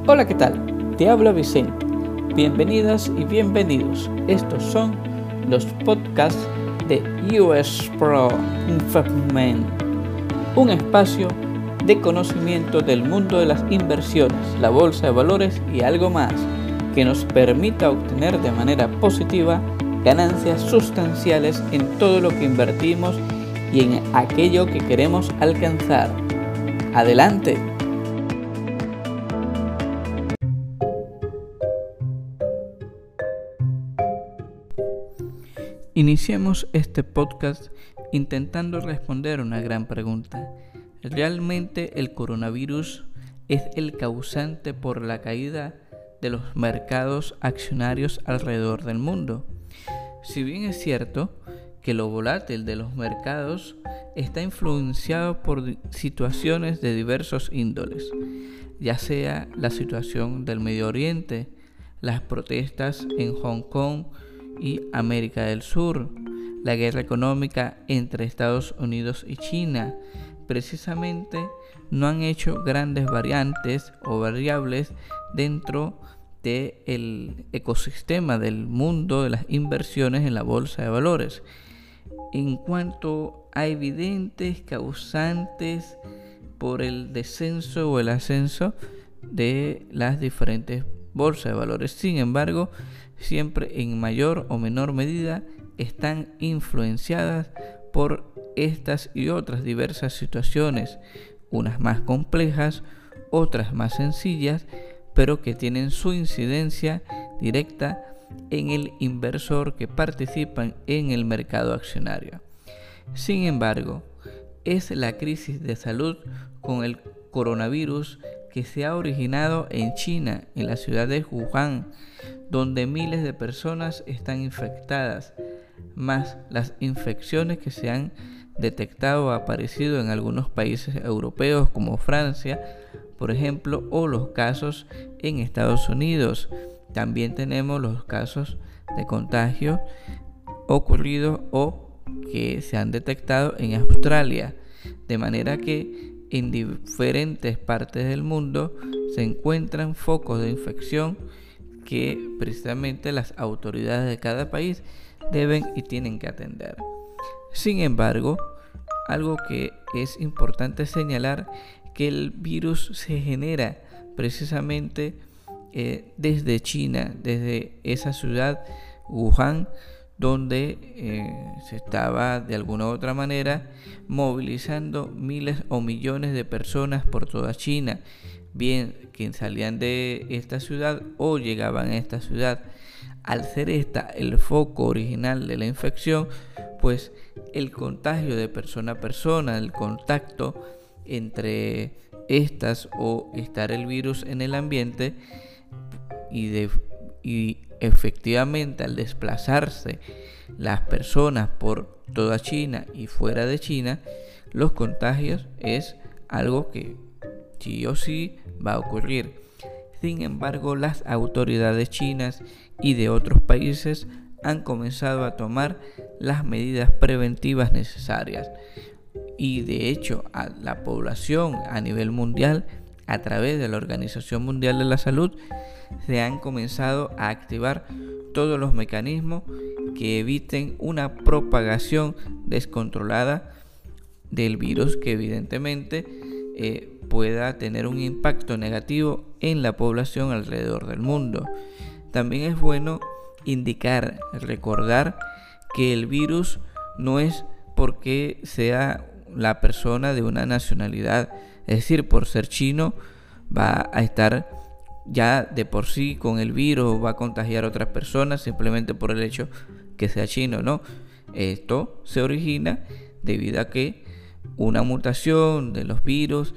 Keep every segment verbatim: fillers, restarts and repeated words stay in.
Hola, ¿qué tal? Te habla Vicente. Bienvenidas y bienvenidos. Estos son los podcasts de U S Pro Investment, un espacio de conocimiento del mundo de las inversiones, la bolsa de valores y algo más que nos permita obtener de manera positiva ganancias sustanciales en todo lo que invertimos y en aquello que queremos alcanzar. ¡Adelante! Iniciemos este podcast intentando responder una gran pregunta. ¿Realmente el coronavirus es el causante por la caída de los mercados accionarios alrededor del mundo? Si bien es cierto que lo volátil de los mercados está influenciado por situaciones de diversos índoles, ya sea la situación del Medio Oriente, las protestas en Hong Kong y América del Sur, la guerra económica entre Estados Unidos y China, precisamente no han hecho grandes variantes o variables dentro del ecosistema del mundo de las inversiones en la bolsa de valores. En cuanto a evidentes causantes por el descenso o el ascenso de las diferentes bolsas de valores, sin embargo, siempre en mayor o menor medida están influenciadas por estas y otras diversas situaciones, unas más complejas, otras más sencillas, pero que tienen su incidencia directa en el inversor que participa en el mercado accionario. Sin embargo, es la crisis de salud con el coronavirus que se ha originado en China, en la ciudad de Wuhan, donde miles de personas están infectadas, más las infecciones que se han detectado o aparecido en algunos países europeos como Francia, por ejemplo, o los casos en Estados Unidos. También tenemos los casos de contagio ocurridos o que se han detectado en Australia, de manera que en diferentes partes del mundo se encuentran focos de infección que precisamente las autoridades de cada país deben y tienen que atender. Sin embargo, algo que es importante señalar, que el virus se genera precisamente eh, desde China, desde esa ciudad, Wuhan, donde eh, se estaba de alguna u otra manera movilizando miles o millones de personas por toda China, bien que salían de esta ciudad o llegaban a esta ciudad. Al ser esta el foco original de la infección, pues el contagio de persona a persona, el contacto entre estas o estar el virus en el ambiente y, de, y efectivamente al desplazarse las personas por toda China y fuera de China, los contagios es algo que sí o sí va a ocurrir. Sin embargo, las autoridades chinas y de otros países han comenzado a tomar las medidas preventivas necesarias. Y de hecho, a la población a nivel mundial, a través de la Organización Mundial de la Salud, se han comenzado a activar todos los mecanismos que eviten una propagación descontrolada del virus, que evidentemente eh, pueda tener un impacto negativo en la población alrededor del mundo. También es bueno indicar, recordar que el virus no es porque sea la persona de una nacionalidad, es decir, por ser chino va a estar ya de por sí con el virus, va a contagiar a otras personas simplemente por el hecho que sea chino, ¿no? Esto se origina debido a que una mutación de los virus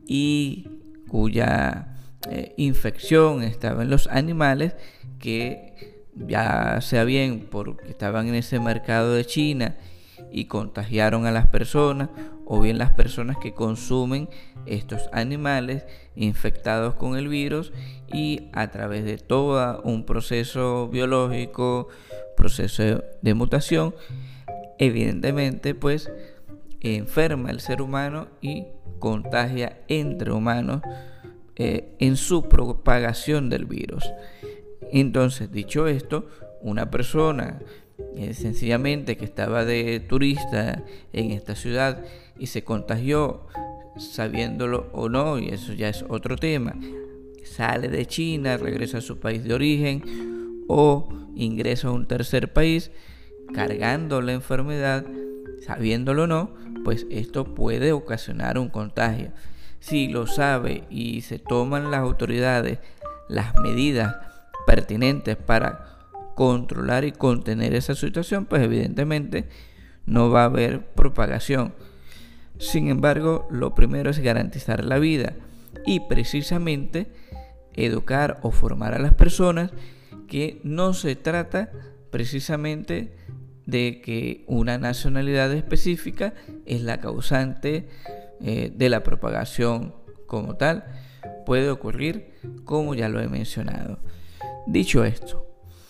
y cuya eh, infección estaba en los animales, que ya sea bien porque estaban en ese mercado de China y contagiaron a las personas, o bien las personas que consumen estos animales infectados con el virus, y a través de todo un proceso biológico, proceso de mutación, evidentemente pues enferma el ser humano y contagia entre humanos eh, en su propagación del virus. Entonces, dicho esto, una persona eh, sencillamente que estaba de turista en esta ciudad y se contagió, sabiéndolo o no, y eso ya es otro tema, sale de China, regresa a su país de origen o ingresa a un tercer país cargando la enfermedad, sabiéndolo o no, pues esto puede ocasionar un contagio. Si lo sabe y se toman las autoridades las medidas pertinentes para controlar y contener esa situación, pues evidentemente no va a haber propagación. Sin embargo, lo primero es garantizar la vida y precisamente educar o formar a las personas que no se trata precisamente de que una nacionalidad específica es la causante eh, de la propagación como tal. Puede ocurrir, como ya lo he mencionado. Dicho esto,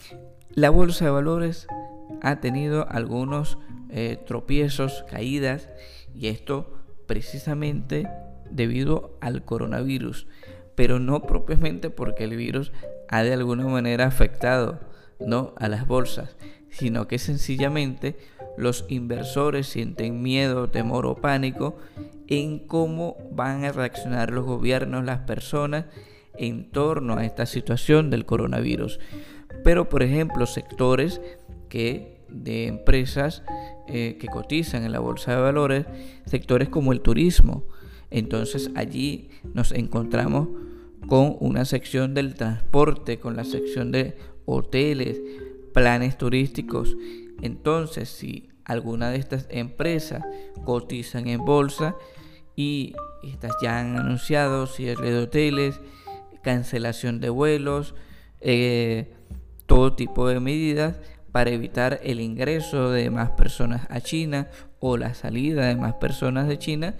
la bolsa de valores ha tenido algunos eh, tropiezos, caídas, y esto precisamente debido al coronavirus, pero no propiamente porque el virus ha de alguna manera afectado, ¿no?, a las bolsas, sino que sencillamente los inversores sienten miedo, temor o pánico en cómo van a reaccionar los gobiernos, las personas en torno a esta situación del coronavirus. Pero, por ejemplo, sectores que de empresas eh, que cotizan en la bolsa de valores, sectores como el turismo, entonces allí nos encontramos con una sección del transporte, con la sección de hoteles, planes turísticos. Entonces, si alguna de estas empresas cotizan en bolsa y estas ya han anunciado cierre de hoteles, cancelación de vuelos, eh, todo tipo de medidas para evitar el ingreso de más personas a China o la salida de más personas de China,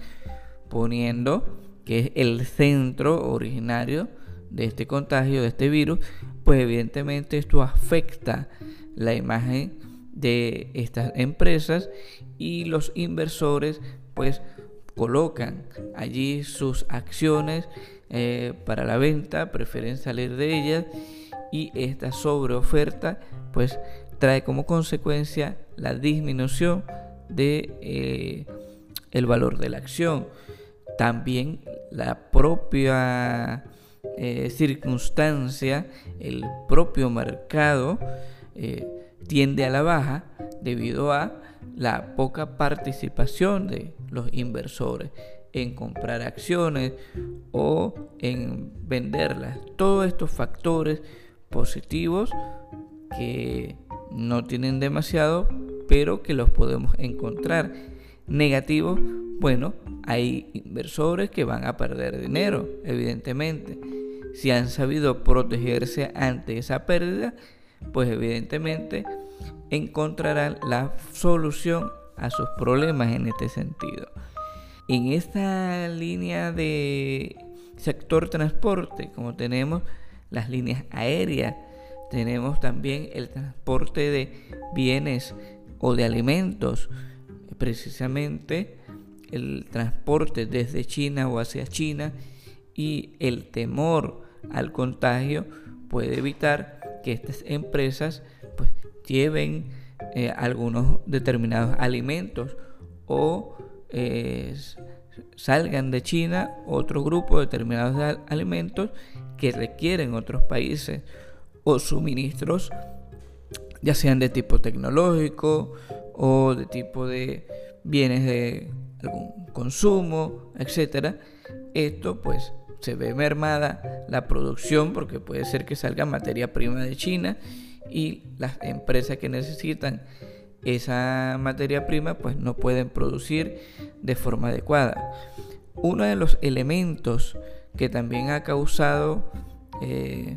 poniendo que es el centro originario de este contagio, de este virus, pues evidentemente esto afecta la imagen de estas empresas y los inversores pues colocan allí sus acciones eh, para la venta, prefieren salir de ellas, y esta sobreoferta pues trae como consecuencia la disminución de eh, el valor de la acción. También la propia eh, circunstancia, el propio mercado eh, tiende a la baja debido a la poca participación de los inversores en comprar acciones o en venderlas. Todos estos factores positivos que no tienen demasiado, pero que los podemos encontrar. Negativos, bueno, hay inversores que van a perder dinero, evidentemente. Si han sabido protegerse ante esa pérdida, pues evidentemente encontrarán la solución a sus problemas en este sentido. En esta línea de sector transporte, como tenemos las líneas aéreas, tenemos también el transporte de bienes o de alimentos, precisamente el transporte desde China o hacia China, y el temor al contagio puede evitar que estas empresas pues lleven eh, algunos determinados alimentos o eh, salgan de China otro grupo de determinados de alimentos que requieren otros países, o suministros ya sean de tipo tecnológico o de tipo de bienes de algún consumo, etcétera. Esto pues se ve mermada la producción, porque puede ser que salga materia prima de China y las empresas que necesitan esa materia prima pues no pueden producir de forma adecuada. Uno de los elementos que también ha causado eh,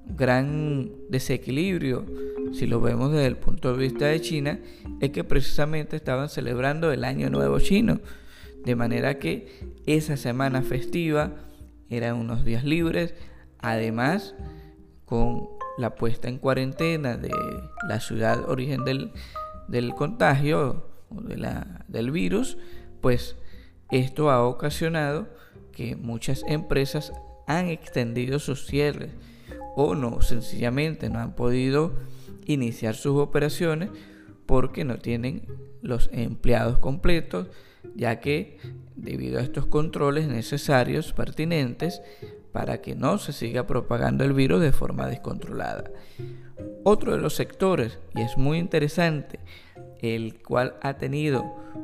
gran desequilibrio, si lo vemos desde el punto de vista de China, es que precisamente estaban celebrando el Año Nuevo Chino, de manera que esa semana festiva eran unos días libres. Además, con la puesta en cuarentena de la ciudad origen del, del contagio o de la, del virus, pues esto ha ocasionado que muchas empresas han extendido sus cierres o no, sencillamente no han podido iniciar sus operaciones porque no tienen los empleados completos, ya que debido a estos controles necesarios, pertinentes, para que no se siga propagando el virus de forma descontrolada. Otro de los sectores, y es muy interesante, el cual ha tenido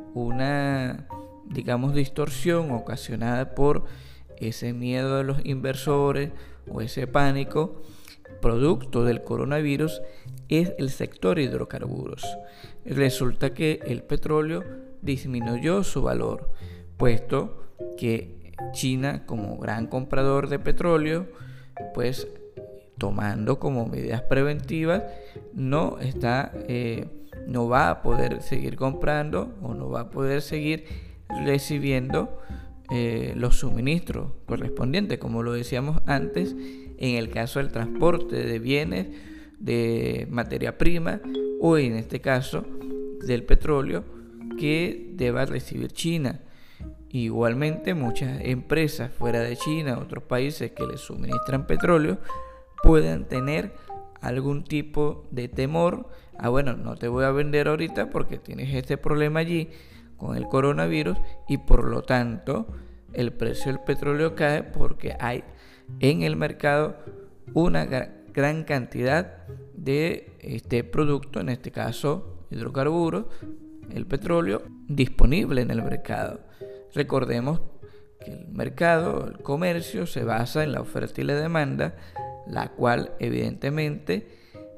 una, digamos, distorsión ocasionada por ese miedo de los inversores o ese pánico producto del coronavirus, es el sector hidrocarburos. Resulta que el petróleo disminuyó su valor, puesto que China, como gran comprador de petróleo, pues tomando como medidas preventivas, no está eh, no va a poder seguir comprando o no va a poder seguir recibiendo eh, los suministros correspondientes, como lo decíamos antes, en el caso del transporte de bienes, de materia prima, o en este caso del petróleo que deba recibir China. Igualmente, muchas empresas fuera de China, otros países que les suministran petróleo, pueden tener algún tipo de temor a, bueno, no te voy a vender ahorita porque tienes este problema allí con el coronavirus, y por lo tanto el precio del petróleo cae porque hay en el mercado una gran cantidad de este producto, en este caso hidrocarburos, el petróleo, disponible en el mercado. Recordemos que el mercado, el comercio, se basa en la oferta y la demanda, la cual evidentemente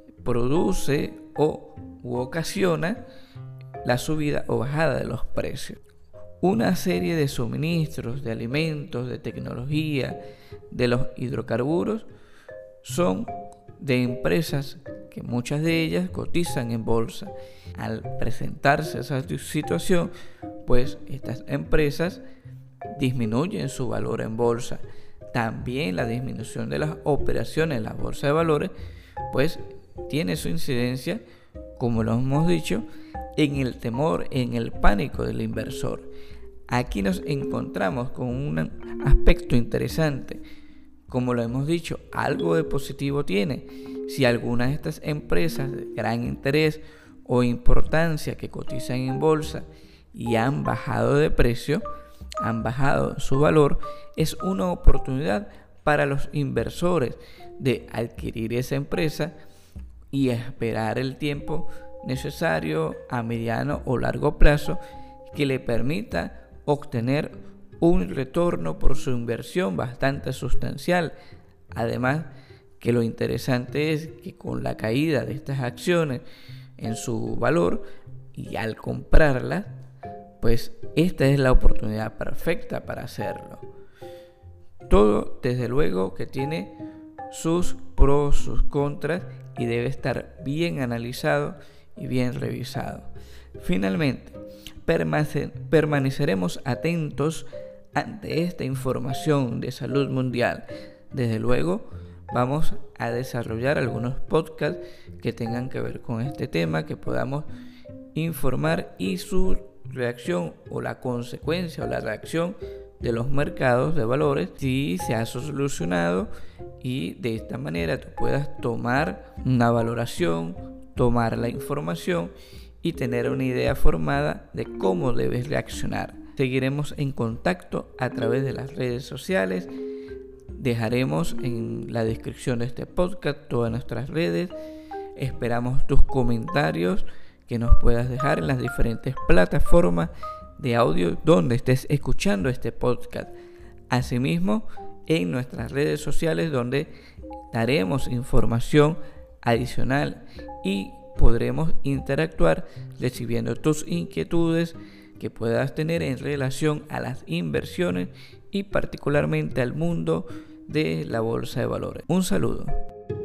produce o u ocasiona la subida o bajada de los precios. Una serie de suministros, de alimentos, de tecnología, de los hidrocarburos, son de empresas que muchas de ellas cotizan en bolsa. Al presentarse esa situación, pues estas empresas disminuyen su valor en bolsa. También la disminución de las operaciones en la bolsa de valores, pues tiene su incidencia, como lo hemos dicho, en el temor, en el pánico del inversor. Aquí nos encontramos con un aspecto interesante. Como lo hemos dicho, algo de positivo tiene. Si algunas de estas empresas de gran interés o importancia que cotizan en bolsa y han bajado de precio, han bajado su valor, es una oportunidad para los inversores de adquirir esa empresa y esperar el tiempo necesario a mediano o largo plazo que le permita obtener un retorno por su inversión bastante sustancial. Además, que lo interesante es que con la caída de estas acciones en su valor y al comprarlas, pues esta es la oportunidad perfecta para hacerlo. Todo, desde luego, que tiene sus pros, sus contras, y debe estar bien analizado y bien revisado. Finalmente, permaneceremos atentos ante esta información de salud mundial. Desde luego, vamos a desarrollar algunos podcasts que tengan que ver con este tema, que podamos informar y su reacción o la consecuencia o la reacción de los mercados de valores, si se ha solucionado, y de esta manera tú puedas tomar una valoración, tomar la información y tener una idea formada de cómo debes reaccionar. Seguiremos en contacto a través de las redes sociales. Dejaremos en la descripción de este podcast todas nuestras redes. Esperamos tus comentarios que nos puedas dejar en las diferentes plataformas de audio donde estés escuchando este podcast. Asimismo, en nuestras redes sociales, donde daremos información adicional y podremos interactuar recibiendo tus inquietudes que puedas tener en relación a las inversiones y particularmente al mundo de la bolsa de valores. Un saludo.